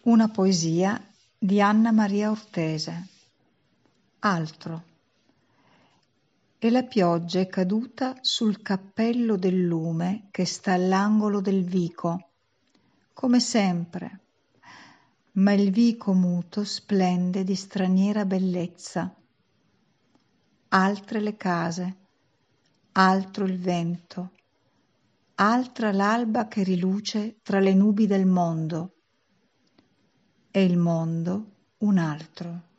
Una poesia di Anna Maria Ortese. Altro. E la pioggia è caduta sul cappello del lume che sta all'angolo del vico, come sempre, ma il vico muto splende di straniera bellezza. Altre le case, altro il vento, altra l'alba che riluce tra le nubi del mondo, e il mondo un altro.